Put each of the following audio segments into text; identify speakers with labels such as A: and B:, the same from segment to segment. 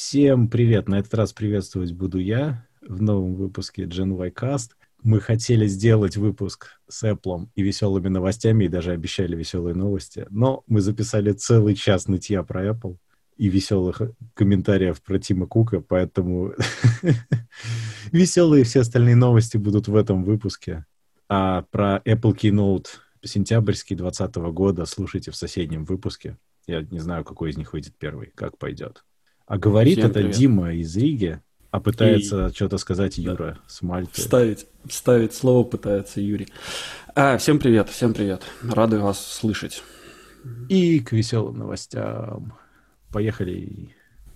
A: Всем привет! На этот раз приветствовать буду я в новом выпуске Gen Y Cast. Мы хотели сделать выпуск с Apple и веселыми новостями, и даже обещали веселые новости, но мы записали целый час нытья про Apple и веселых комментариев про Тима Кука, поэтому веселые все остальные новости будут в этом выпуске. А про Apple Keynote сентябрьский 2020 года слушайте в соседнем выпуске. Я не знаю, какой из них выйдет первый, как пойдет. А говорит
B: Всем
A: это
B: привет.
A: Дима из Риги, а пытается что-то сказать Юра с Мальты.
B: Вставить слово пытается Юрий. Всем привет. Рады вас слышать.
A: И к веселым новостям. Поехали.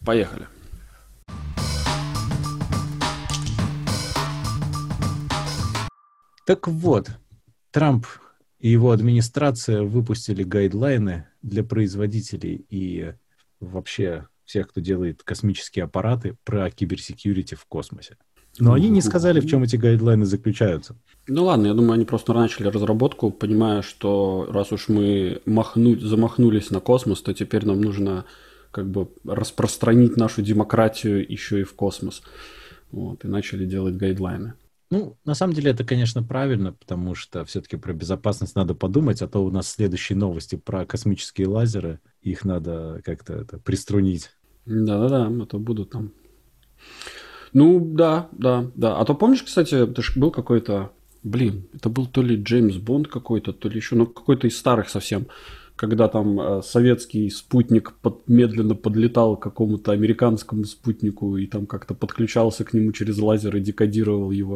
A: Так вот, Трамп и его администрация выпустили гайдлайны для производителей и вообще всех, кто делает космические аппараты, про киберсекьюрити в космосе. Но они не сказали, в чем эти гайдлайны заключаются.
B: Ну ладно, я думаю, они просто начали разработку, понимая, что раз уж мы замахнулись на космос, то теперь нам нужно как бы распространить нашу демократию еще и в космос. Вот, и начали делать гайдлайны.
A: Ну, на самом деле, это, конечно, правильно, потому что все-таки про безопасность надо подумать, а то у нас следующие новости про космические лазеры, их надо как-то приструнить.
B: Да, а то будут там. Ну, да. А то помнишь, кстати, это же был какой-то, это был то ли Джеймс Бонд какой-то, то ли еще, ну, какой-то из старых совсем, когда там советский спутник медленно подлетал к какому-то американскому спутнику и там как-то подключался к нему через лазер и декодировал его.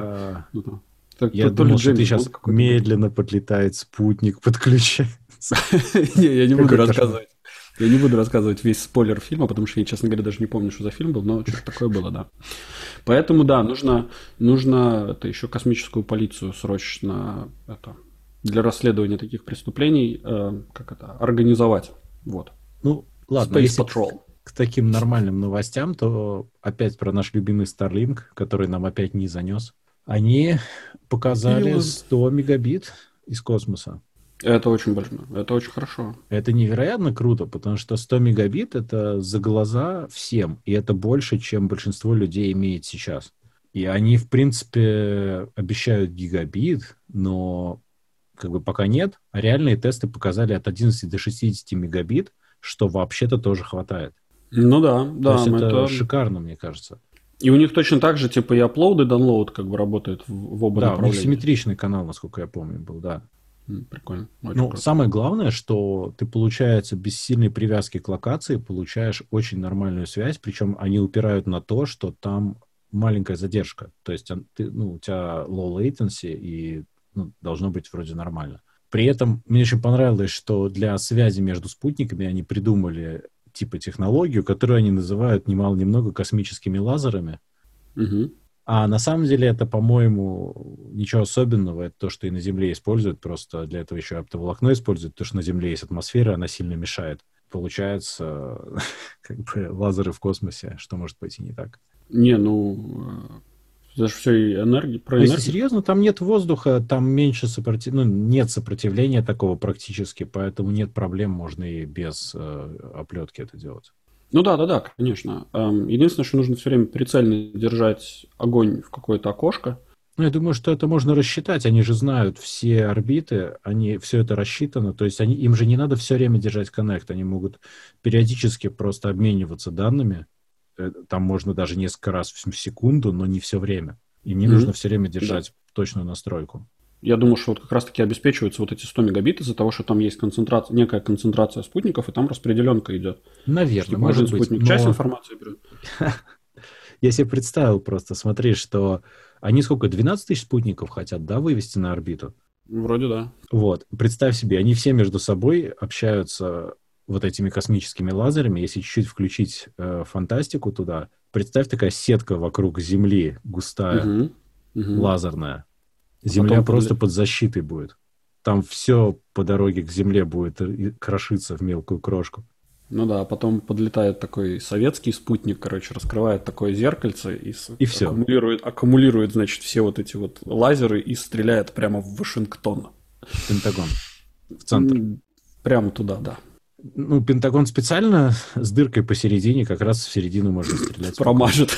A: Я думал, что ты сейчас медленно подлетает спутник, подключается.
B: Не, я не буду рассказывать. Я не буду рассказывать весь спойлер фильма, потому что я, честно говоря, даже не помню, что за фильм был, но что-то такое было, да. Поэтому, да, нужно это еще космическую полицию срочно для расследования таких преступлений организовать. Вот.
A: Ну, ладно,
B: Space
A: если
B: Patrol.
A: К таким нормальным новостям, то опять про наш любимый Starlink, который нам опять не занес. Они показали 100 мегабит из космоса.
B: Это очень большое, это очень хорошо.
A: Это невероятно круто, потому что 100 мегабит — это за глаза всем, и это больше, чем большинство людей имеет сейчас. И они, в принципе, обещают гигабит, но как бы пока нет. А реальные тесты показали от 11 до 60 мегабит, что вообще-то тоже хватает.
B: Ну да.
A: То есть это шикарно, мне кажется.
B: И у них точно так же, типа, и upload, и download как бы работают в оба направления.
A: Да, у них симметричный канал, насколько я помню, был, да.
B: Прикольно.
A: Ну, самое главное, что ты, получается, без сильной привязки к локации получаешь очень нормальную связь, причем они упирают на то, что там маленькая задержка. То есть у тебя low latency, и должно быть вроде нормально. При этом мне очень понравилось, что для связи между спутниками они придумали типа технологию, которую они называют немало-немного космическими лазерами.
B: Угу.
A: А на самом деле это, по-моему, ничего особенного. Это то, что и на Земле используют. Просто для этого еще оптоволокно используют. То, что на Земле есть атмосфера, она сильно мешает. Получается, как бы лазеры в космосе. Что может пойти не так?
B: Это же все и энергия.
A: Если серьезно, там нет воздуха, там меньше нет сопротивления такого практически, поэтому нет проблем, можно и без оплетки это делать.
B: Ну да, конечно. Единственное, что нужно все время прицельно держать огонь в какое-то окошко.
A: Ну, я думаю, что это можно рассчитать. Они же знают все орбиты, все это рассчитано. То есть им же не надо все время держать коннект. Они могут периодически просто обмениваться данными. Там можно даже несколько раз в секунду, но не все время. Им не нужно все время держать точную настройку.
B: Я думаю, что вот как раз-таки обеспечиваются вот эти 100 мегабит из-за того, что там есть некая концентрация спутников, и там распределенка идет.
A: Наверное, может быть.
B: Спутник часть информации берет.
A: Я себе представил просто, смотри, что они 12 тысяч спутников хотят, да, вывести на орбиту?
B: Вроде да.
A: Вот. Представь себе, они все между собой общаются вот этими космическими лазерами. Если чуть-чуть включить фантастику туда, представь, такая сетка вокруг Земли, густая, лазерная. Земля просто под защитой будет. Там все по дороге к Земле будет крошиться в мелкую крошку.
B: Ну да, потом подлетает такой советский спутник, раскрывает такое зеркальце и
A: все.
B: Аккумулирует, значит, все вот эти вот лазеры и стреляет прямо в Вашингтон.
A: В Пентагон. В центр.
B: Прямо туда, да.
A: Ну, Пентагон специально с дыркой посередине, как раз в середину можно стрелять.
B: Промажет.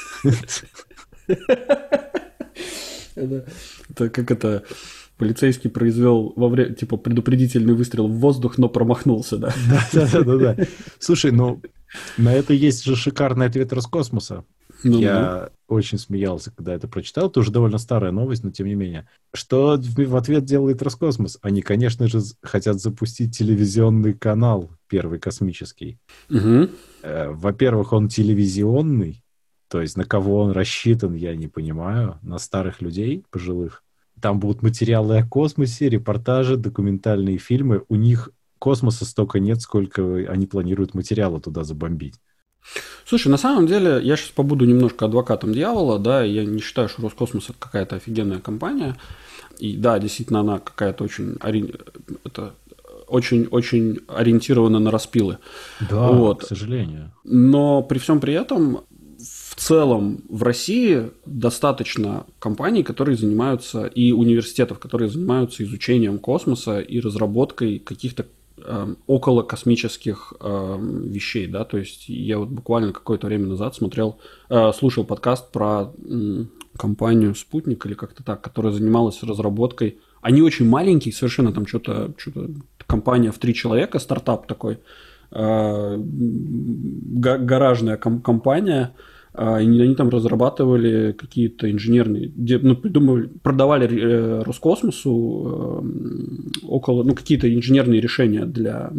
B: Это как это... Полицейский произвел типа предупредительный выстрел в воздух, но промахнулся, да?
A: Да. Слушай, ну, на это есть же шикарный ответ Роскосмоса. Я очень смеялся, когда это прочитал. Это уже довольно старая новость, но тем не менее. Что в ответ делает Роскосмос? Они, конечно же, хотят запустить телевизионный канал, первый космический. Во-первых, он телевизионный, то есть на кого он рассчитан, я не понимаю. На старых людей, пожилых. Там будут материалы о космосе, репортажи, документальные фильмы. У них космоса столько нет, сколько они планируют материала туда забомбить.
B: Слушай, на самом деле, я сейчас побуду немножко адвокатом дьявола, да, я не считаю, что Роскосмос – это какая-то офигенная компания. И да, действительно, она какая-то очень ориентирована на распилы.
A: Да, вот. К сожалению.
B: Но при всем при этом, в целом в России достаточно компаний, которые занимаются, и университетов, которые занимаются изучением космоса и разработкой каких-то около космических вещей, да, то есть я вот буквально какое-то время назад слушал подкаст про компанию «Спутник» или как-то так, которая занималась разработкой. Они очень маленькие, совершенно там что-то компания в 3 человека, стартап такой, гаражная компания. Они там разрабатывали какие-то инженерные, продавали Роскосмосу какие-то инженерные решения для,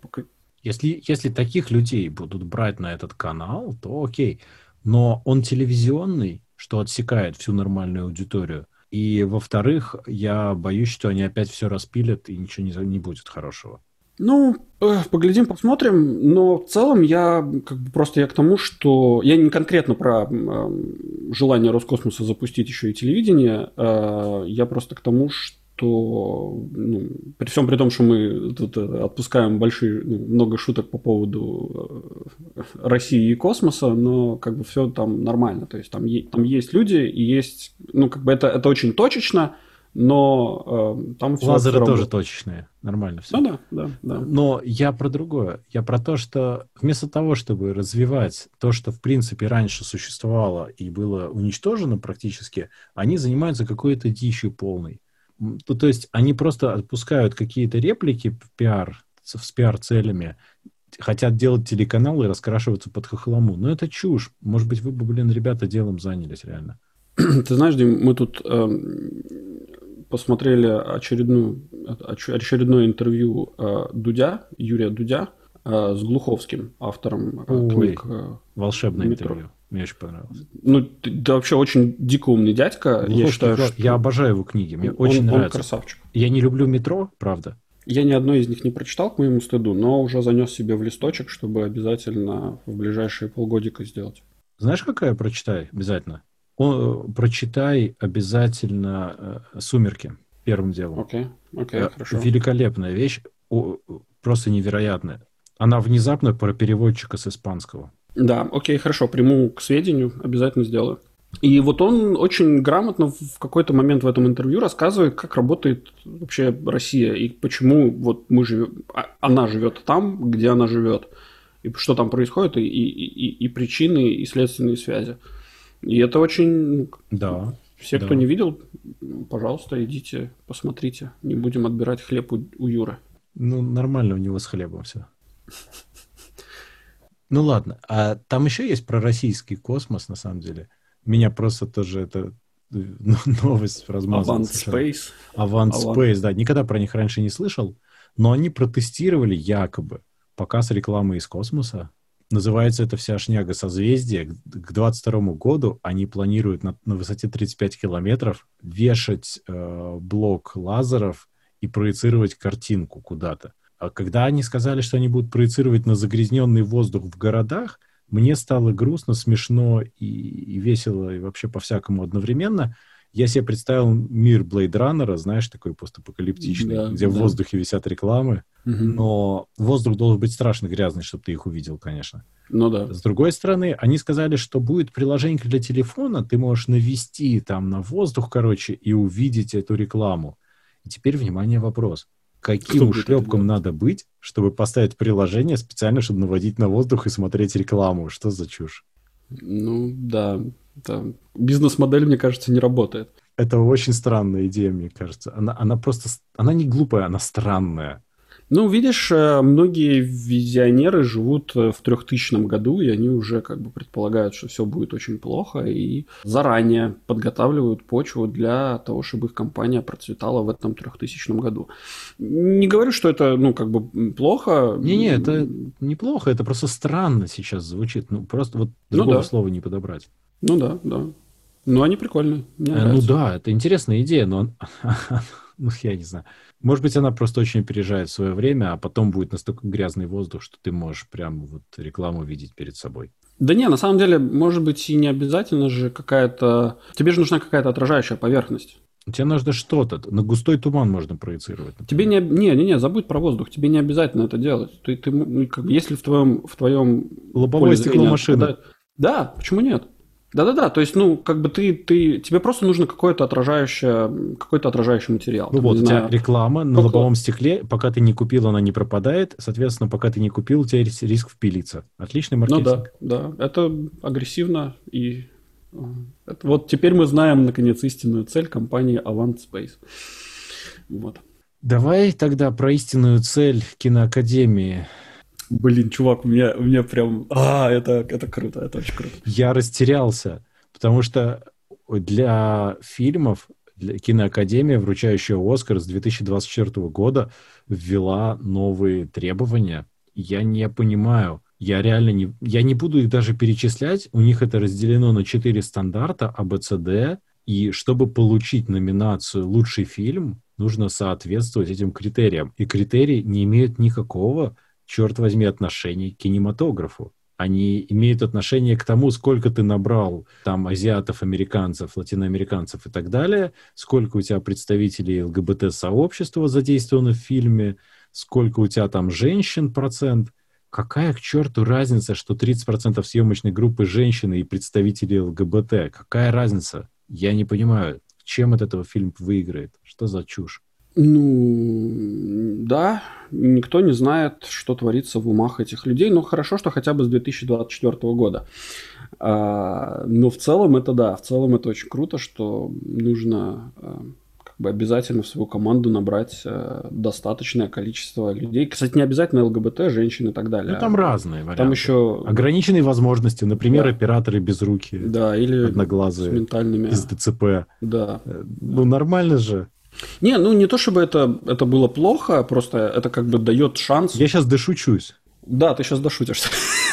A: Если таких людей будут брать на этот канал, то окей. Но он телевизионный, что отсекает всю нормальную аудиторию. И, во-вторых, я боюсь, что они опять все распилят, и ничего не будет хорошего.
B: Поглядим, посмотрим, но в целом я к тому, что я не конкретно про желание Роскосмоса запустить еще и телевидение, я просто к тому, что при всем при том, что мы тут отпускаем много шуток по поводу России и космоса, но все там нормально, то есть там есть люди и есть, это очень точечно. Но там все.
A: Лазеры все тоже точечные, нормально все.
B: Да.
A: Но я про другое. Я про то, что вместо того, чтобы развивать то, что в принципе раньше существовало и было уничтожено практически, они занимаются какой-то дичью полной. То есть они просто отпускают какие-то реплики с пиар-целями, хотят делать телеканалы и раскрашиваться под хохлому. Но это чушь. Может быть, вы бы, ребята, делом занялись реально.
B: Ты знаешь, Дим, мы тут посмотрели очередное интервью Юрия Дудя с Глуховским, автором книг.
A: Волшебное интервью. Мне очень понравилось.
B: Да вообще очень дико умный дядька.
A: Я считаю, что... Я обожаю его книги. Мне очень нравится.
B: Он красавчик.
A: Я не люблю «Метро», правда.
B: Я ни одной из них не прочитал, к моему стыду, но уже занес себе в листочек, чтобы обязательно в ближайшие полгодика сделать.
A: Знаешь, какая прочитай обязательно? Прочитай обязательно «Сумерки» первым делом.
B: Окей, хорошо.
A: Великолепная вещь, просто невероятная. Она внезапно про переводчика с испанского.
B: Да, окей, хорошо, приму к сведению, обязательно сделаю. И вот он очень грамотно в какой-то момент в этом интервью рассказывает, как работает вообще Россия и почему вот она живет там, где она живет, и что там происходит, и причины, и следственные связи. И это очень...
A: Да.
B: Все, кто не видел, пожалуйста, идите, посмотрите. Не будем отбирать хлеб у Юры.
A: Нормально у него с хлебом все. Ладно. А там еще есть про российский космос, на самом деле. Меня просто тоже это новость размазала. Avant Space, да. Никогда про них раньше не слышал. Но они протестировали якобы показ рекламы из космоса. Называется это вся шняга созвездия. К 2022 году они планируют на высоте 35 километров вешать блок лазеров и проецировать картинку куда-то. А когда они сказали, что они будут проецировать на загрязненный воздух в городах, мне стало грустно, смешно и весело, и вообще по-всякому одновременно. Я себе представил мир Блейд-раннера, знаешь, такой постапокалиптичный, где в воздухе висят рекламы. Но воздух должен быть страшно грязный, чтобы ты их увидел, конечно. С другой стороны, они сказали, что будет приложение для телефона, ты можешь навести там на воздух, и увидеть эту рекламу. И теперь, внимание, вопрос. каким
B: Кто будет это
A: ушлепком
B: делать?
A: надо быть, чтобы поставить приложение специально, чтобы наводить на воздух и смотреть рекламу? Что за чушь?
B: Ну, да. Бизнес-модель, мне кажется, не работает.
A: Это очень странная идея, мне кажется. Она просто... Она не глупая, она странная.
B: Ну, видишь, многие визионеры живут в 3000 году, и они уже как бы предполагают, что все будет очень плохо, и заранее подготавливают почву для того, чтобы их компания процветала в этом 3000 году. Не говорю, что это, ну, как бы плохо.
A: Не-не, это неплохо, это просто странно сейчас звучит. Ну, просто вот
B: Ну
A: другого
B: да,
A: слова не подобрать.
B: ну да, да. Ну, они прикольные, мне
A: Ну
B: нравится.
A: да, это интересная идея, но ну, я не знаю. Может быть, она просто очень опережает свое время, а потом будет настолько грязный воздух, что ты можешь прям вот рекламу видеть перед собой.
B: Да не, на самом деле, может быть, и не обязательно же какая-то... Тебе же нужна какая-то отражающая поверхность.
A: Тебе нужно что-то. На густой туман можно проецировать,
B: Тебе
A: например.
B: не, забудь про воздух. Тебе не обязательно это делать. Ну, как бы, если в твоем
A: Лобовое
B: поле
A: стекло
B: зрения
A: машины.
B: да, почему нет? Да-да-да, то есть, ну, как бы тебе просто нужно какой-то отражающий материал.
A: Ну
B: Там,
A: вот,
B: не
A: у тебя
B: знаю,
A: реклама на
B: стекло.
A: лобовом стекле, пока ты не купил, она не пропадает. Соответственно, пока ты не купил, у тебя есть риск впилиться. Отличный
B: Ну да,
A: маркетинг.
B: да, это агрессивно вот теперь мы знаем, наконец, истинную цель компании Avant Space. Вот.
A: Давай тогда про истинную цель киноакадемии.
B: Блин, чувак, у меня прям... это круто, это очень круто.
A: Я растерялся, потому что для фильмов киноакадемия, вручающая Оскар с 2024 года, ввела новые требования. Я не понимаю. Я реально не... Я не буду их даже перечислять. У них это разделено на 4 стандарта А, Б, С, Д. И чтобы получить номинацию «Лучший фильм», нужно соответствовать этим критериям. И критерии не имеют никакого, черт возьми, отношения к кинематографу. Они имеют отношение к тому, сколько ты набрал там азиатов, американцев, латиноамериканцев и так далее, сколько у тебя представителей ЛГБТ-сообщества задействовано в фильме, сколько у тебя там женщин процент. Какая к черту разница, что 30% съемочной группы женщины и представители ЛГБТ? Какая разница? Я не понимаю, чем от этого фильм выиграет. Что за чушь?
B: Ну, да, никто не знает, что творится в умах этих людей, но хорошо, что хотя бы с 2024 года. Но в целом это да, в целом это очень круто, что нужно как бы обязательно в свою команду набрать достаточное количество людей. Кстати, не обязательно ЛГБТ, женщин и так далее.
A: Ну, там разные варианты.
B: Там еще...
A: Ограниченные возможности, например,
B: Да.
A: операторы без руки,
B: Да, или с
A: одноглазые,
B: ментальными...
A: из ДЦП.
B: Да.
A: Ну, нормально же.
B: Не, ну не то чтобы это было плохо, просто это как бы дает шанс.
A: Я сейчас дошучусь.
B: Да, ты сейчас дошутишься.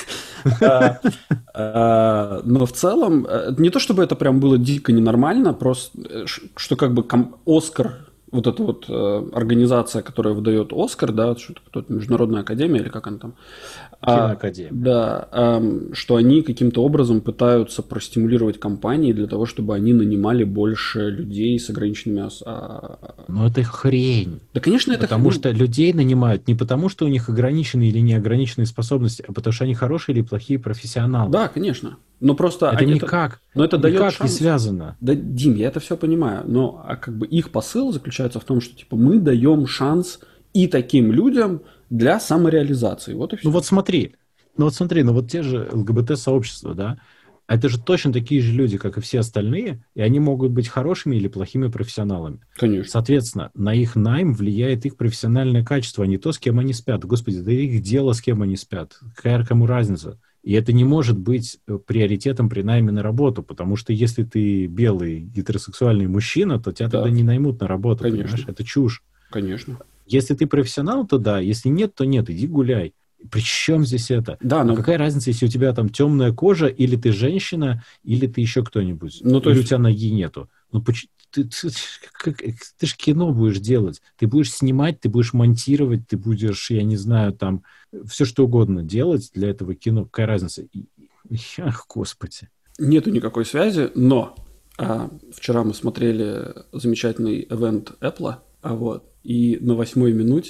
B: Но в целом, не то чтобы это прям было дико ненормально, просто что как бы Оскар, вот эта вот организация, которая выдает Оскар, да, что-то Международная академия или как она там.
A: Киноакадемия.
B: Да, что они каким-то образом пытаются простимулировать компании для того, чтобы они нанимали больше людей с ограниченными...
A: Ну, это хрень.
B: Да, конечно, это...
A: Потому что людей нанимают не потому, что у них ограниченные или неограниченные способности, а потому что они хорошие или плохие профессионалы.
B: Да, конечно. Но просто...
A: Это никак,
B: но это дает
A: никак
B: шанс.
A: не связано.
B: Да, Дим, я это все понимаю, но как бы их посыл заключается в том, что типа мы даем шанс и таким людям для самореализации. Вот и все.
A: Ну вот смотри, ну вот те же ЛГБТ-сообщества, да, это же точно такие же люди, как и все остальные, и они могут быть хорошими или плохими профессионалами.
B: Конечно.
A: Соответственно, на их найм влияет их профессиональное качество, а не то, с кем они спят. Господи, да их дело, с кем они спят. Какая кому разница? И это не может быть приоритетом при найме на работу, потому что если ты белый гетеросексуальный мужчина, то тебя тогда не наймут на работу,
B: Конечно.
A: понимаешь? Это чушь.
B: Конечно.
A: Если ты профессионал, то да, если нет, то нет, иди гуляй. При чем здесь это?
B: Да, но...
A: какая разница, если у тебя там темная кожа, или ты женщина, или ты еще кто-нибудь,
B: Ну, то
A: или
B: есть...
A: у тебя ноги нету? Ну, ты же кино будешь делать. Ты будешь снимать, ты будешь монтировать, ты будешь, я не знаю, там, все что угодно делать для этого кино. Какая разница? Ах, господи.
B: Нету никакой связи, но вчера мы смотрели замечательный ивент Apple, вот, и на 8-й минуте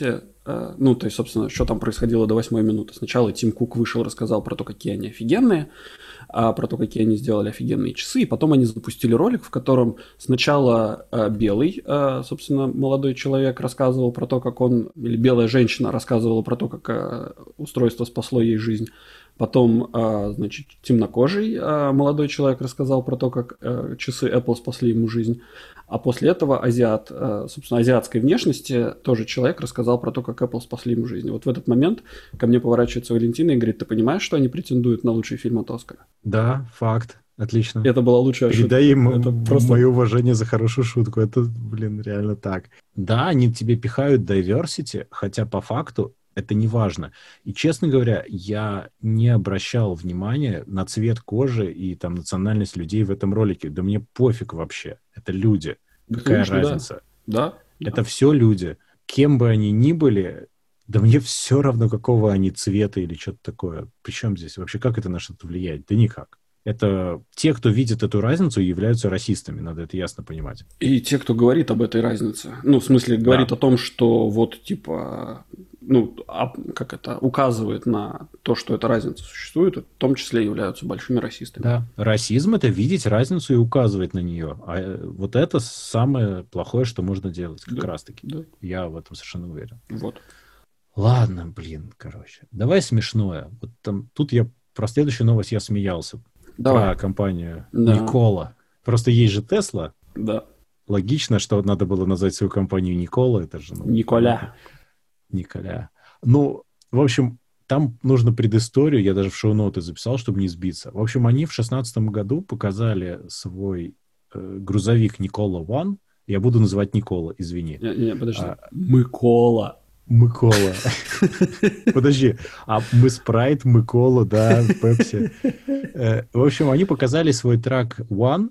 B: ну, то есть, собственно, что там происходило до 8 минуты. Сначала Тим Кук вышел, рассказал про то, какие они офигенные, про то, какие они сделали офигенные часы, и потом они запустили ролик, в котором сначала белый, собственно, молодой человек рассказывал про то, как он, или белая женщина рассказывала про то, как устройство спасло ей жизнь. Потом, значит, темнокожий молодой человек рассказал про то, как часы Apple спасли ему жизнь. А после этого азиат, собственно, азиатской внешности тоже человек рассказал про то, как Apple спасли ему жизнь. Вот в этот момент ко мне поворачивается Валентина и говорит: ты понимаешь, что они претендуют на лучший фильм от Оскара?
A: Да, факт. Отлично.
B: Это была лучшая шутка.
A: Передай им
B: Это просто...
A: мое уважение за хорошую шутку. Это, блин, реально так. Да, они тебе пихают diversity, хотя по факту это не важно. И, честно говоря, я не обращал внимания на цвет кожи и там национальность людей в этом ролике. Да мне пофиг вообще. Это люди.
B: Да,
A: Какая
B: конечно,
A: разница?
B: Да.
A: Это все люди. Кем бы они ни были, да мне все равно, какого они цвета или что-то такое. Причем здесь вообще, как это на что-то влияет? Да никак. Это те, кто видит эту разницу, являются расистами, надо это ясно понимать.
B: И те, кто говорит об этой разнице. Ну, в смысле, говорит о том, что вот, типа, ну, как это, указывает на то, что эта разница существует, в том числе являются большими расистами.
A: Да, расизм — это видеть разницу и указывать на нее. А вот это самое плохое, что можно делать, как раз-таки.
B: Да.
A: Я в этом совершенно уверен.
B: Вот.
A: Ладно, блин, короче. Давай смешное. Вот там, тут я про следующую новость я смеялся.
B: Давай.
A: Про компанию
B: Да.
A: Никола. Просто есть же Тесла.
B: Да.
A: Логично, что надо было назвать свою компанию Никола. Это же...
B: Николя.
A: Ну, в общем, там нужно предысторию. Я даже в шоу-ноты записал, чтобы не сбиться. В общем, они в 2016 году показали свой грузовик Никола One. Я буду называть Никола, извини.
B: Не, подожди. Микола.
A: Подожди, а мы Спрайт, Микола, да, Пепси. В общем, они показали свой трак One,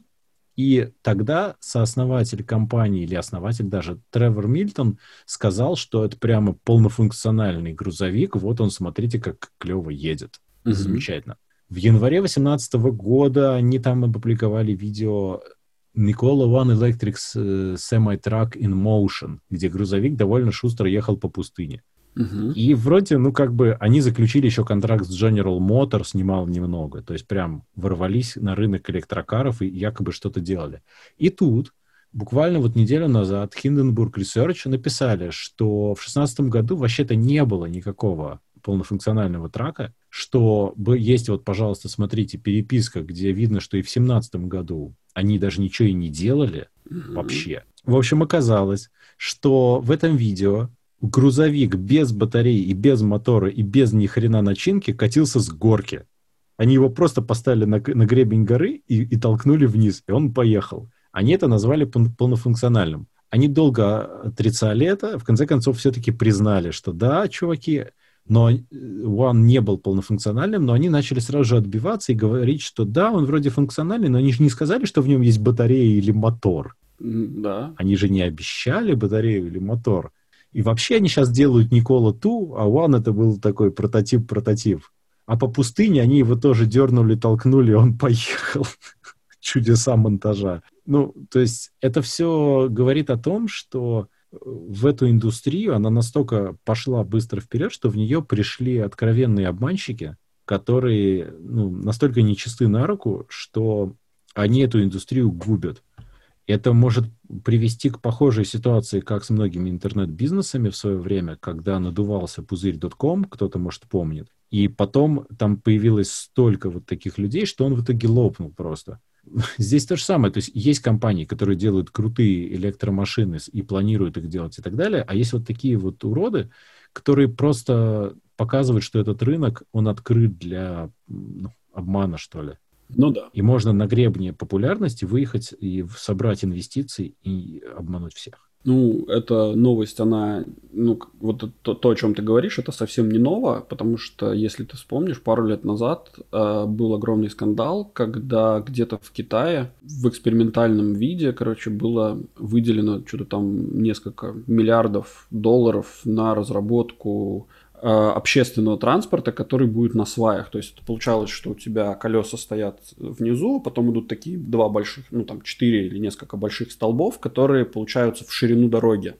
A: и тогда сооснователь компании, или основатель даже, Тревор Мильтон, сказал, что это прямо полнофункциональный грузовик. Вот он, смотрите, как клево едет. Замечательно. В январе 2018 года они там опубликовали видео Nikola One Electric Semi-Truck in Motion, где грузовик довольно шустро ехал по пустыне. И вроде, ну, как бы, они заключили еще контракт с General Motors, немало немного. То есть прям ворвались на рынок электрокаров и якобы что-то делали. И тут, буквально вот неделю назад, Hindenburg Research написали, что в 2016 году вообще-то не было никакого полнофункционального трака, что есть вот, пожалуйста, смотрите, переписка, где видно, что и в 2017 году они даже ничего и не делали вообще. В общем, оказалось, что в этом видео грузовик без батареи и без мотора и без ни хрена начинки катился с горки. Они его просто поставили на гребень горы и толкнули вниз, и он поехал. Они это назвали полнофункциональным. Они долго отрицали это, в конце концов все-таки признали, что да, чуваки, но One не был полнофункциональным, но они начали сразу же отбиваться и говорить, что да, он вроде функциональный, но они же не сказали, что в нем есть батарея или мотор.
B: Да.
A: Они же не обещали батарею или мотор. И вообще они сейчас делают Никола 2, а One это был такой прототип. А по пустыне они его тоже дернули, толкнули, и он поехал. Чудеса монтажа. Ну, то есть это все говорит о том, что в эту индустрию она настолько пошла быстро вперед, что в нее пришли откровенные обманщики, которые настолько нечисты на руку, что они эту индустрию губят. Это может привести к похожей ситуации, как с многими интернет-бизнесами в свое время, когда надувался пузырь .com, кто-то, может, помнит. И потом там появилось столько вот таких людей, что он в итоге лопнул просто. Здесь то же самое. То есть есть компании, которые делают крутые электромашины и планируют их делать и так далее, а есть вот такие вот уроды, которые просто показывают, что этот рынок, он открыт для обмана, что ли.
B: Ну да.
A: И можно на гребне популярности выехать и собрать инвестиции и обмануть всех.
B: Ну, эта новость, она, вот то, о чем ты говоришь, это совсем не ново, потому что, если ты вспомнишь, пару лет назад был огромный скандал, когда где-то в Китае в экспериментальном виде, было выделено что-то там несколько миллиардов долларов на разработку общественного транспорта, который будет на сваях. То есть получалось, что у тебя колеса стоят внизу, потом идут такие два больших, 4 или несколько больших столбов, которые получаются в ширину дороги.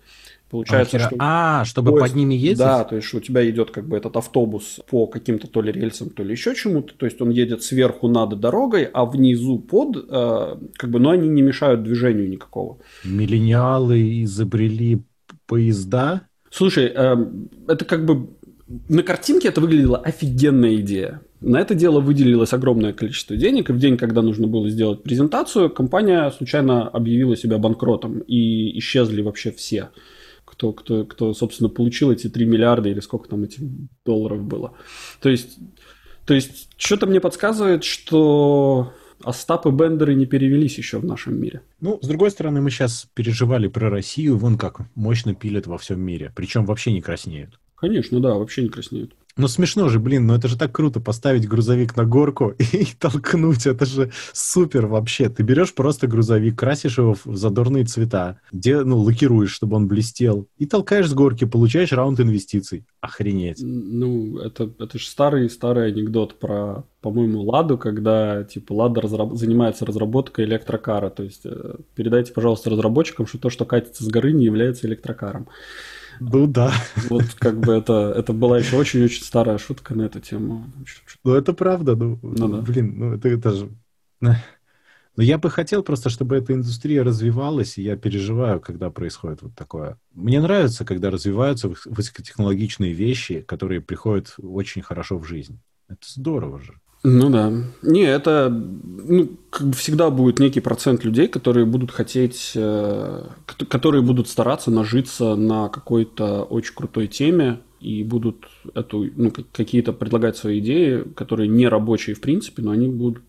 B: Получается, что
A: чтобы под
B: поезд,
A: ними
B: да,
A: ездить?
B: то есть что у тебя идет как бы этот автобус по каким-то то ли рельсам, то ли еще чему-то, то есть он едет сверху над дорогой, а внизу под, как бы, но они не мешают движению никакого.
A: Миллениалы изобрели поезда?
B: Слушай, это как бы на картинке это выглядела офигенная идея. На это дело выделилось огромное количество денег, и в день, когда нужно было сделать презентацию, компания случайно объявила себя банкротом, и исчезли вообще все, кто, собственно, получил эти 3 миллиарда или сколько там этих долларов было. То есть что-то мне подсказывает, что Остап и Бендеры не перевелись еще в нашем мире.
A: Ну, с другой стороны, мы сейчас переживали про Россию, вон как мощно пилят во всем мире, причем вообще не краснеют.
B: Конечно, да, вообще не краснеют.
A: Ну, смешно же, блин, ну это же так круто, поставить грузовик на горку и толкнуть, это же супер вообще. Ты берешь просто грузовик, красишь его в задорные цвета, лакируешь, чтобы он блестел, и толкаешь с горки, получаешь раунд инвестиций. Охренеть.
B: Ну, это же старый анекдот про, по-моему, Ладу, когда, типа, Лада занимается разработкой электрокара, то есть передайте, пожалуйста, разработчикам, что то, что катится с горы, не является электрокаром.
A: Ну да.
B: Вот как бы это была еще очень-очень старая шутка на эту тему.
A: Ну это правда,
B: да.
A: Блин, ну это же... Но я бы хотел просто, чтобы эта индустрия развивалась, и я переживаю, когда происходит вот такое. Мне нравится, когда развиваются высокотехнологичные вещи, которые приходят очень хорошо в жизнь. Это здорово же.
B: Ну да. Не, это как бы всегда будет некий процент людей, которые будут хотеть, которые будут стараться нажиться на какой-то очень крутой теме и будут какие-то предлагать свои идеи, которые не рабочие в принципе, но они будут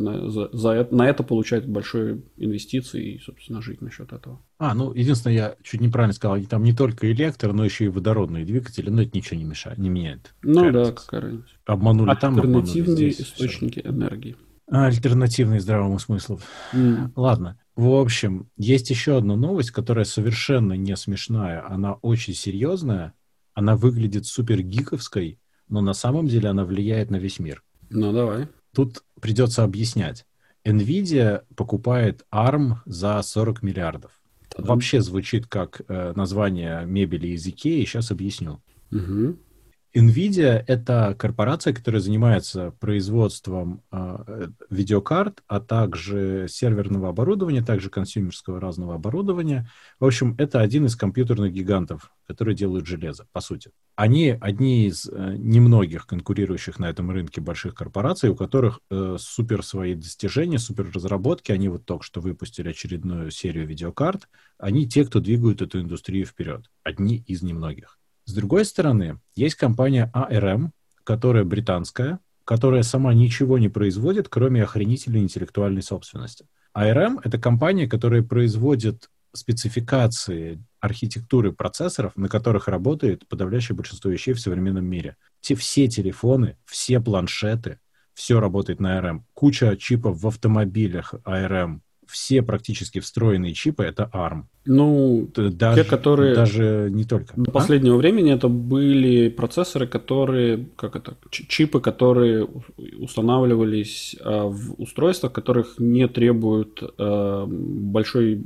B: на это получать большие инвестиции и, собственно, жить насчет этого.
A: Единственное, я чуть неправильно сказал, там не только электро, но еще и водородные двигатели, но это ничего не мешает, не меняет.
B: Ну да, какая разница.
A: Обманули там, обманули
B: Альтернативные
A: здесь.
B: источники энергии.
A: Альтернативные здравому смыслу. Ладно. В общем, есть еще одна новость, которая совершенно не смешная. Она очень серьезная. Она выглядит супер гиковской, но на самом деле она влияет на весь мир.
B: Ну, давай.
A: Тут придется объяснять. NVIDIA покупает ARM за 40 миллиардов. Да. Вообще звучит как название мебели из Икеи. Сейчас объясню.
B: Угу.
A: NVIDIA — это корпорация, которая занимается производством видеокарт, а также серверного оборудования, также консюмерского разного оборудования. В общем, это один из компьютерных гигантов, которые делают железо, по сути. Они одни из немногих конкурирующих на этом рынке больших корпораций, у которых супер свои достижения, супер разработки. Они вот только что выпустили очередную серию видеокарт. Они те, кто двигают эту индустрию вперед. Одни из немногих. С другой стороны, есть компания ARM, которая британская, которая сама ничего не производит, кроме охренительной интеллектуальной собственности. ARM — это компания, которая производит спецификации архитектуры процессоров, на которых работает подавляющее большинство вещей в современном мире. Все телефоны, все планшеты, все работает на ARM. Куча чипов в автомобилях ARM. Все практически встроенные чипы — это ARM.
B: Ну, те, которые...
A: Даже не только.
B: До последнего времени это были процессоры, которые... Чипы, которые устанавливались в устройствах, которых не требуют большой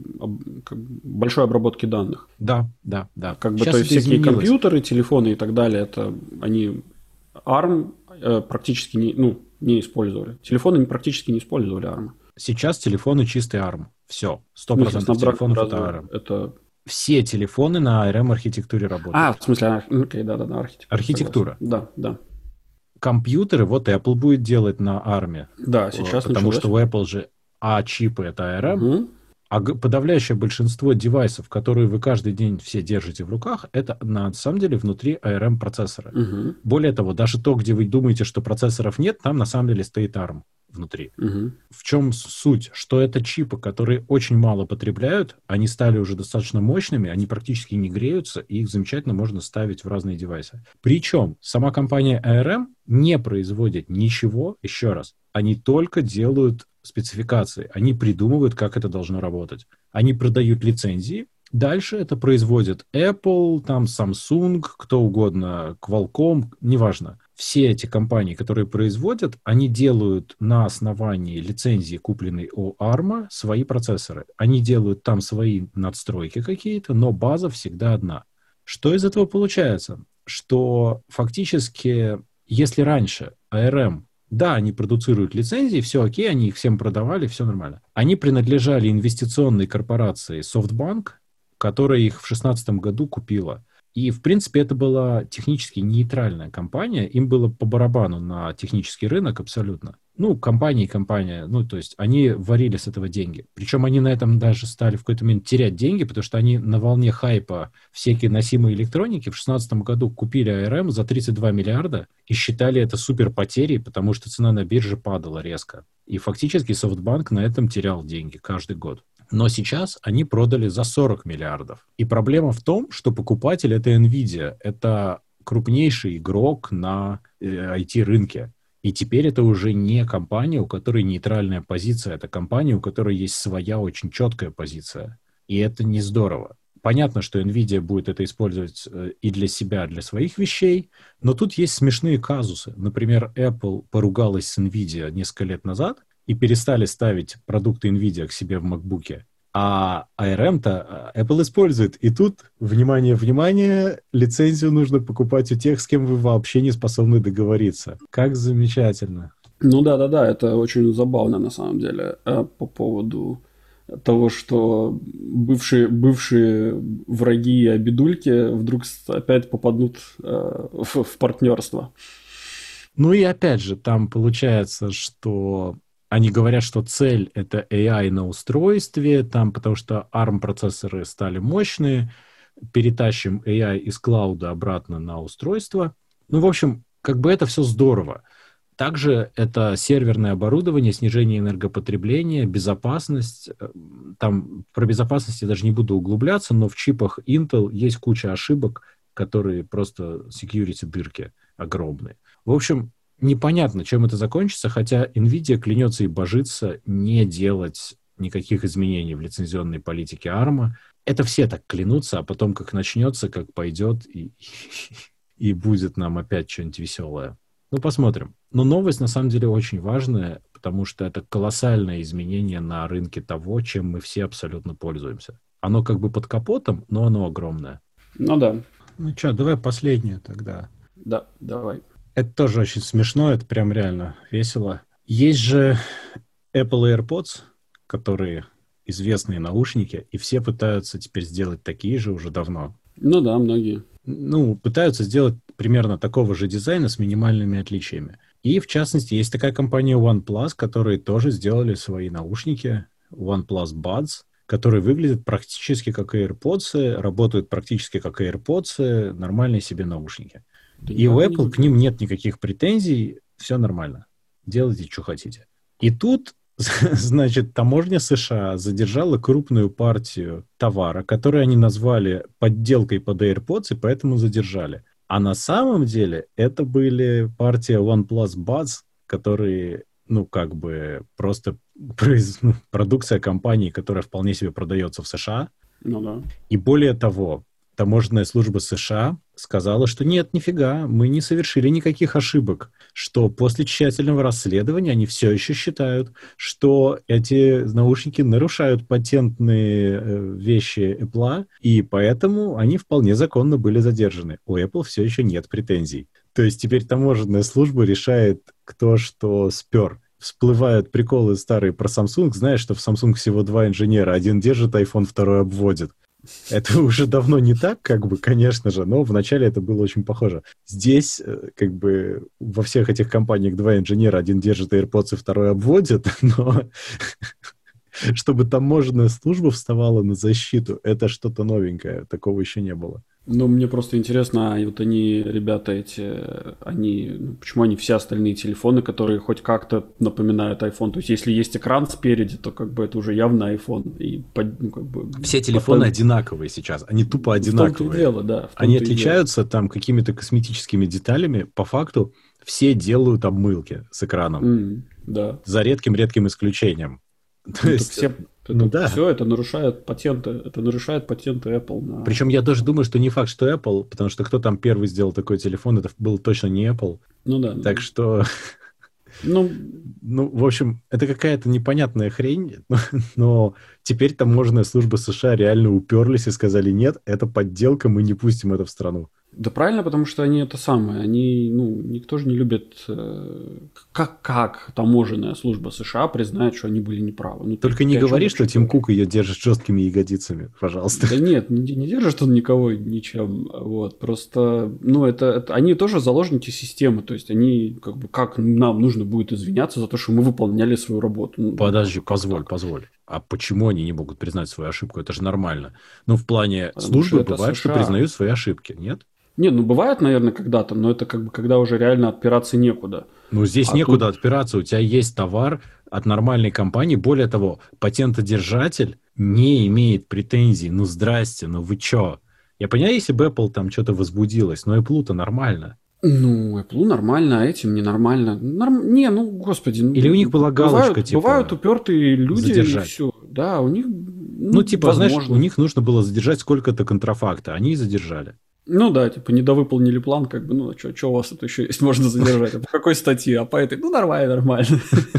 B: обработки данных.
A: Да.
B: То есть всякие компьютеры, телефоны и так далее, они ARM практически не использовали. Телефоны практически не использовали ARM.
A: Сейчас телефоны чистый ARM. Все. 100% телефонов это ARM. Все телефоны на ARM-архитектуре работают.
B: В смысле, окей, да,
A: архитектура.
B: Да.
A: Компьютеры вот Apple будет делать на ARM.
B: Да, сейчас
A: потому что у Apple же чипы это ARM,
B: угу.
A: А подавляющее большинство девайсов, которые вы каждый день все держите в руках, это на самом деле внутри ARM-процессора.
B: Угу.
A: Более того, даже то, где вы думаете, что процессоров нет, там на самом деле стоит ARM внутри.
B: Угу.
A: В чем суть? Что это чипы, которые очень мало потребляют, они стали уже достаточно мощными, они практически не греются, и их замечательно можно ставить в разные девайсы. Причем сама компания ARM не производит ничего, еще раз, они только делают спецификации, они придумывают, как это должно работать. Они продают лицензии, дальше это производит Apple, там Samsung, кто угодно, Qualcomm, неважно. все эти компании, которые производят, они делают на основании лицензии, купленной у ARM, свои процессоры. Они делают там свои надстройки какие-то, но база всегда одна. Что из этого получается? Что фактически, если раньше ARM, да, они продуцируют лицензии, все окей, они их всем продавали, все нормально. Они принадлежали инвестиционной корпорации SoftBank, которая их в 2016 году купила. И, в принципе, это была технически нейтральная компания. Им было по барабану на технический рынок абсолютно. Ну, компания, ну, то есть они варили с этого деньги. Причем они на этом даже стали в какой-то момент терять деньги, потому что они на волне хайпа всякие носимые электроники в 2016 году купили ARM за 32 миллиарда и считали это супер потерей, потому что цена на бирже падала резко. И фактически SoftBank на этом терял деньги каждый год. Но сейчас они продали за 40 миллиардов. И проблема в том, что покупатель — это NVIDIA. Это крупнейший игрок на IT-рынке. И теперь это уже не компания, у которой нейтральная позиция. Это компания, у которой есть своя очень четкая позиция. И это не здорово. Понятно, что NVIDIA будет это использовать и для себя, для своих вещей, но тут есть смешные казусы. Например, Apple поругалась с NVIDIA несколько лет назад, и перестали ставить продукты NVIDIA к себе в MacBook'е. А ARM-то Apple использует. И тут, внимание, лицензию нужно покупать у тех, с кем вы вообще не способны договориться. Как замечательно.
B: Ну да, это очень забавно на самом деле по поводу того, что бывшие враги и обидульки вдруг опять попадут в партнерство.
A: Ну и опять же, там получается, что они говорят, что цель — это AI на устройстве, там, потому что ARM-процессоры стали мощные, перетащим AI из клауда обратно на устройство. Ну, в общем, как бы это все здорово. Также это серверное оборудование, снижение энергопотребления, безопасность. Там про безопасность я даже не буду углубляться, но в чипах Intel есть куча ошибок, которые просто security дырки огромные. В общем, непонятно, чем это закончится, хотя NVIDIA клянется и божится не делать никаких изменений в лицензионной политике ARM. Это все так клянутся, а потом как начнется, как пойдет, и будет нам опять что-нибудь веселое. Ну, посмотрим. Но новость, на самом деле, очень важная, потому что это колоссальное изменение на рынке того, чем мы все абсолютно пользуемся. Оно как бы под капотом, но оно огромное.
B: Ну да.
A: Ну что, давай последнее тогда.
B: Да, давай.
A: Это тоже очень смешно, это прям реально весело. Есть же Apple AirPods, которые известные наушники, и все пытаются теперь сделать такие же уже давно.
B: Ну да, многие.
A: Ну, пытаются сделать примерно такого же дизайна с минимальными отличиями. И, в частности, есть такая компания OnePlus, которые тоже сделали свои наушники OnePlus Buds, которые выглядят практически как AirPods, работают практически как AirPods, нормальные себе наушники. И у Apple к ним нет никаких претензий, все нормально. Делайте, что хотите. И тут, значит, таможня США задержала крупную партию товара, который они назвали подделкой под AirPods, и поэтому задержали. А на самом деле это были партия OnePlus Buds, которые, ну, как бы просто продукция компании, которая вполне себе продается в США.
B: Ну да.
A: И более того, таможенная служба США сказала, что нет, нифига, мы не совершили никаких ошибок, что после тщательного расследования они все еще считают, что эти наушники нарушают патентные вещи Apple, и поэтому они вполне законно были задержаны. У Apple все еще нет претензий. То есть теперь таможенная служба решает, кто что спер. Всплывают приколы старые про Samsung, знаешь, что в Samsung всего 2 инженера, один держит iPhone, второй обводит. Это уже давно не так, как бы, конечно же, но вначале это было очень похоже. Здесь, как бы, во всех этих компаниях 2 инженера, один держит AirPods, и второй обводит, но чтобы таможенная служба вставала на защиту, это что-то новенькое, такого еще не было.
B: Ну, мне просто интересно, а вот они, ребята эти, почему они все остальные телефоны, которые хоть как-то напоминают iPhone, то есть если есть экран спереди, то как бы это уже явно iPhone. И, ну, как бы,
A: все телефоны одинаковые сейчас, они тупо одинаковые. В том-то и
B: дело, да.
A: Они отличаются там какими-то косметическими деталями, по факту все делают обмылки с экраном.
B: Да.
A: За редким-редким исключением.
B: То есть...
A: Ну да.
B: Все это нарушает патенты Apple.
A: Причем я даже думаю, что не факт, что Apple, потому что кто там первый сделал такой телефон, это был точно не Apple.
B: Ну да.
A: Так что...
B: Ну,
A: в общем, это какая-то непонятная хрень, но теперь таможенная служба США реально уперлись и сказали, нет, это подделка, мы не пустим это в страну.
B: да правильно, потому что они никто же не любит, как таможенная служба США признает, что они были неправы.
A: Только не говори, что Тим Кук ее держит жесткими ягодицами, пожалуйста.
B: Да нет, не держит он никого ничем, вот, просто, они тоже заложники системы, то есть они, как нам нужно будет извиняться за то, что мы выполняли свою работу.
A: Подожди, позволь. А почему они не могут признать свою ошибку? Это же нормально. В плане службы бывает, что признают свои ошибки, нет?
B: Нет, бывает, наверное, когда-то, но это когда уже реально отпираться некуда.
A: Здесь некуда отпираться. У тебя есть товар от нормальной компании. Более того, патентодержатель не имеет претензий. Здрасте, вы чё? Я понимаю, если бы Apple там что-то возбудилось, но Apple-то нормально.
B: Apple нормально, а этим ненормально. Господи.
A: Или у них была галочка,
B: бывают упертые люди,
A: задержать.
B: И все. Да, у них,
A: знаешь, у них нужно было задержать сколько-то контрафакта. Они и задержали.
B: недовыполнили план, что у вас тут еще есть, можно задержать. А по какой статье? А по этой? Нормально.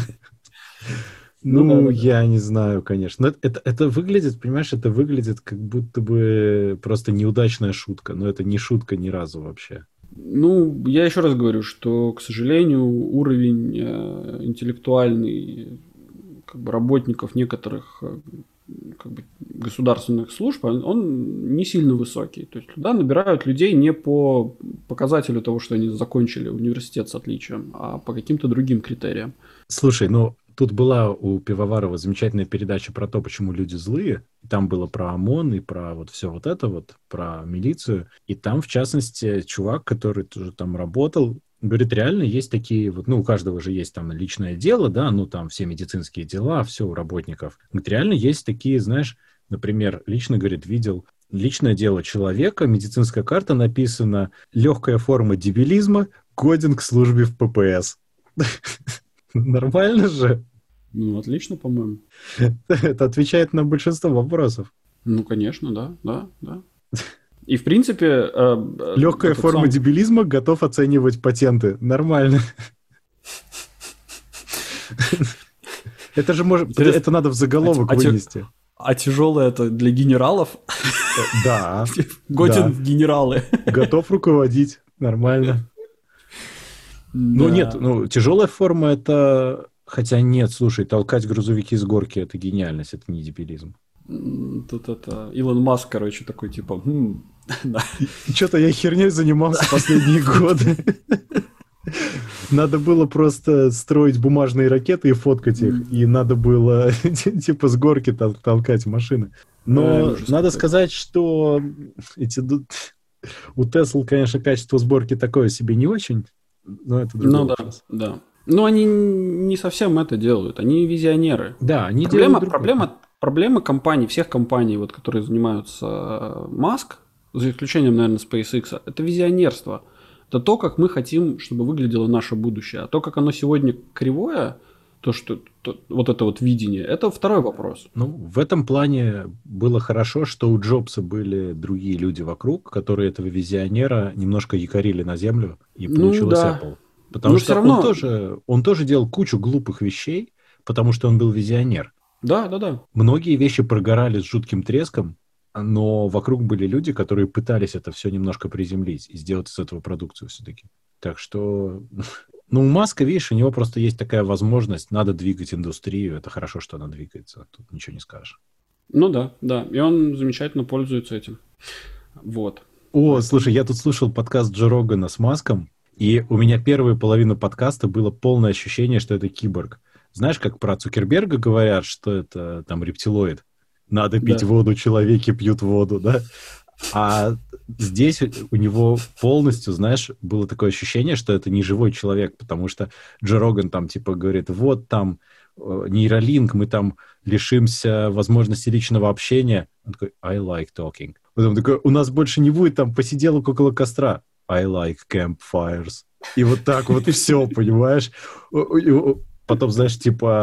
A: Я не знаю, конечно. Это выглядит, понимаешь, как будто бы просто неудачная шутка. Но это не шутка ни разу вообще.
B: Я еще раз говорю, что, к сожалению, уровень интеллектуальный работников некоторых государственных служб, он не сильно высокий. То есть туда набирают людей не по показателю того, что они закончили университет с отличием, а по каким-то другим критериям.
A: Слушай, тут была у Пивоварова замечательная передача про то, почему люди злые. Там было про ОМОН и про все это, про милицию. И там, в частности, чувак, который тоже там работал, говорит, реально есть такие, у каждого же есть там личное дело, да, там все медицинские дела, все у работников. Говорит, реально есть такие, знаешь, например, лично, говорит, видел личное дело человека, медицинская карта написана «Легкая форма дебилизма, годен к службе в ППС». Нормально же?
B: Отлично, по-моему.
A: Это отвечает на большинство вопросов.
B: Конечно, да. И, в принципе...
A: Легкая форма дебилизма, готов оценивать патенты. Нормально. Это же это надо в заголовок вынести.
B: А тяжелое это для генералов?
A: Да.
B: Годен в генералы.
A: Готов руководить. Нормально. Нет, тяжелая форма это... Хотя нет, слушай, толкать грузовики с горки это гениальность, это не дебилизм.
B: Тут Илон Маск, такой типа...
A: Что-то я херней занимался последние годы. Надо было просто строить бумажные ракеты и фоткать их. И надо было типа с горки толкать машины. Но надо сказать, что у Tesla, конечно, качество сборки такое себе не очень. Но это другой вопрос.
B: Да. Они не совсем это делают. Они визионеры.
A: Да, они делают
B: Проблема компаний, всех компаний, которые занимаются Маск, за исключением, наверное, SpaceX, это визионерство. Это то, как мы хотим, чтобы выглядело наше будущее. А то, как оно сегодня кривое, это видение, это второй вопрос.
A: В этом плане было хорошо, что у Джобса были другие люди вокруг, которые этого визионера немножко якорили на землю, и получилось Apple. Потому что он тоже делал кучу глупых вещей, потому что он был визионер.
B: Да.
A: Многие вещи прогорали с жутким треском, но вокруг были люди, которые пытались это все немножко приземлить и сделать из этого продукцию все-таки. Так что... у Маска, видишь, у него просто есть такая возможность, надо двигать индустрию, это хорошо, что она двигается, тут ничего не скажешь.
B: Да, и он замечательно пользуется этим.
A: Слушай, я тут слушал подкаст Джо Рогана с Маском, и у меня первую половину подкаста было полное ощущение, что это киборг. Знаешь, как про Цукерберга говорят, что это там рептилоид? Надо пить воду, человеки пьют воду, да? А здесь у него полностью, знаешь, было такое ощущение, что это не живой человек, потому что Джо Роган там типа говорит, там нейролинк, мы там лишимся возможности личного общения. Он такой, I like talking. Потом такой, у нас больше не будет там посиделок около костра. I like campfires. И так все, понимаешь? Потом, знаешь, типа,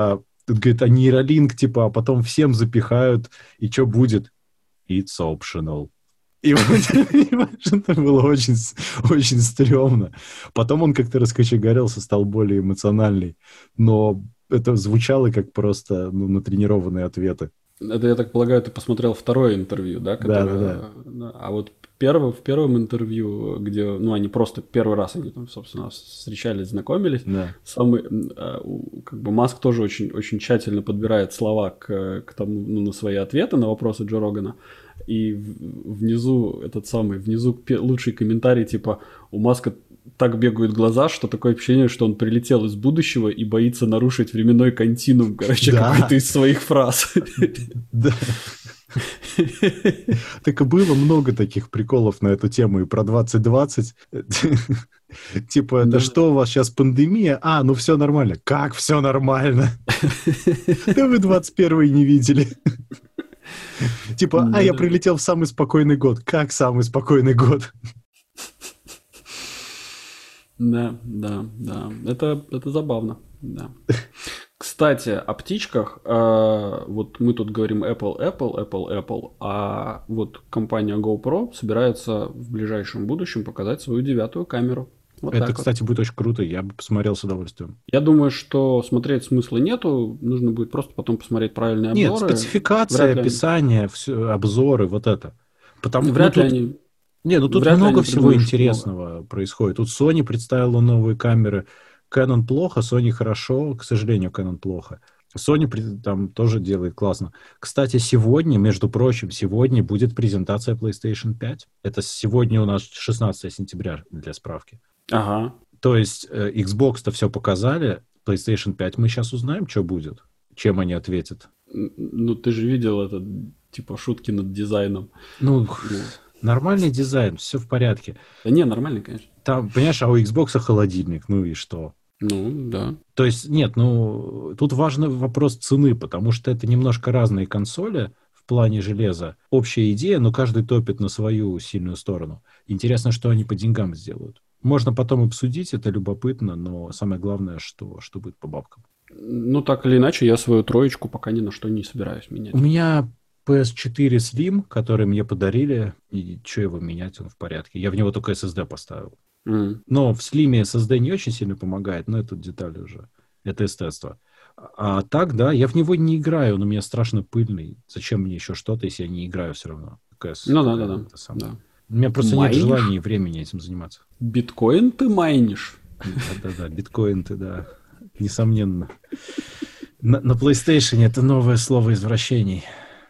A: Тут, говорит, а нейролинк, типа, а потом всем запихают, и что будет? It's optional. И вот, понимаешь, это было очень, очень стрёмно. Потом он как-то раскочегарился, стал более эмоциональный. Но это звучало как просто натренированные ответы.
B: Это, я так полагаю, ты посмотрел второе интервью, да?
A: Да.
B: А вот в первом интервью, где, ну, они просто первый раз, они там, собственно, встречались, знакомились,
A: Да.
B: как бы Маск тоже очень, очень тщательно подбирает слова к тому, ну, на свои ответы на вопросы Джо Рогана. И внизу лучший комментарий, типа, у Маска так бегают глаза, что такое ощущение, что он прилетел из будущего и боится нарушить временной континуум, короче, какой-то из своих фраз.
A: Да. Так и было много таких приколов на эту тему и про 2020. Типа, это что у вас сейчас пандемия? А, ну все нормально. Как все нормально? Да вы 21-й не видели. Типа, я прилетел в самый спокойный год. Как самый спокойный год?
B: Да. Это забавно, да. Кстати, о птичках. Вот мы тут говорим Apple, а вот компания GoPro собирается в ближайшем будущем показать свою 9-ю камеру. Вот
A: это, кстати, будет очень круто. Я бы посмотрел с удовольствием.
B: Я думаю, что смотреть смысла нету. Нужно будет просто потом посмотреть правильные обзоры.
A: Нет, спецификация, описание, обзоры, вот это. Потому
B: вряд ли они...
A: Не, ну тут много всего интересного происходит. Тут Sony представила новые камеры. Canon плохо, Sony хорошо. К сожалению, Canon плохо. Sony там тоже делает классно. Кстати, сегодня, между прочим, сегодня будет презентация PlayStation 5. Это сегодня у нас 16 сентября, для справки.
B: Ага.
A: То есть Xbox-то все показали, PlayStation 5 мы сейчас узнаем, что будет, чем они ответят.
B: Ну, ты же видел это, типа, шутки над дизайном.
A: Ну, нормальный дизайн, все в порядке.
B: Да не, нормальный, конечно.
A: Там, понимаешь, а у Xbox холодильник, ну и что?
B: Ну, да.
A: То есть, нет, ну, тут важный вопрос цены, потому что это немножко разные консоли в плане железа. Общая идея, но каждый топит на свою сильную сторону. Интересно, что они по деньгам сделают. Можно потом обсудить, это любопытно, но самое главное, что будет по бабкам.
B: Ну, так или иначе, я свою троечку пока ни на что не собираюсь менять.
A: У меня PS4 Slim, который мне подарили, и что его менять, он в порядке. Я в него только SSD поставил. Но в Slim SSD не очень сильно помогает, но это детали уже. Это эстетство. А так, да, я в него не играю, он у меня страшно пыльный. Зачем мне еще что-то, если я не играю все равно?
B: Да.
A: У меня просто нет желания и времени этим заниматься.
B: Биткоин ты майнишь?
A: Да, биткоин ты, да. Несомненно. На PlayStation это новое слово извращений.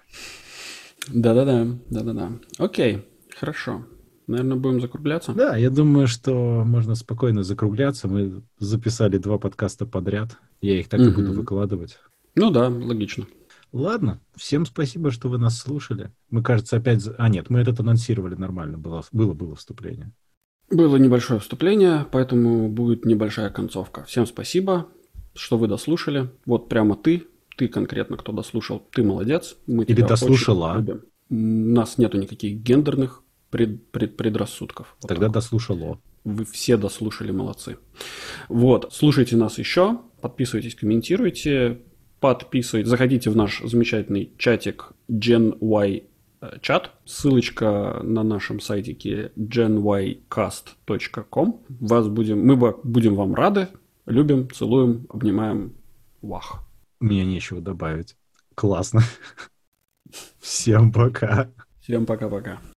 B: Да. Окей, хорошо. Наверное, будем закругляться?
A: Да, я думаю, что можно спокойно закругляться. Мы записали 2 подкаста подряд. Я их так и буду выкладывать.
B: Ну да, логично.
A: Ладно, всем спасибо, что вы нас слушали. Мы, кажется, опять... нет, мы этот анонсировали нормально. Было вступление.
B: Было небольшое вступление, поэтому будет небольшая концовка. Всем спасибо, что вы дослушали. Вот прямо ты конкретно, кто дослушал, ты молодец. Мы
A: или дослушала.
B: Любим. У нас нету никаких гендерных предрассудков. Вот
A: тогда дослушало.
B: Вы все дослушали, молодцы. Вот, слушайте нас еще, подписывайтесь, комментируйте, заходите в наш замечательный чатик Gen Y чат. Ссылочка на нашем сайтике genycast.com. Мы будем вам рады. Любим, целуем, обнимаем. Вах.
A: Мне нечего добавить. Классно. Всем пока.
B: Всем пока-пока.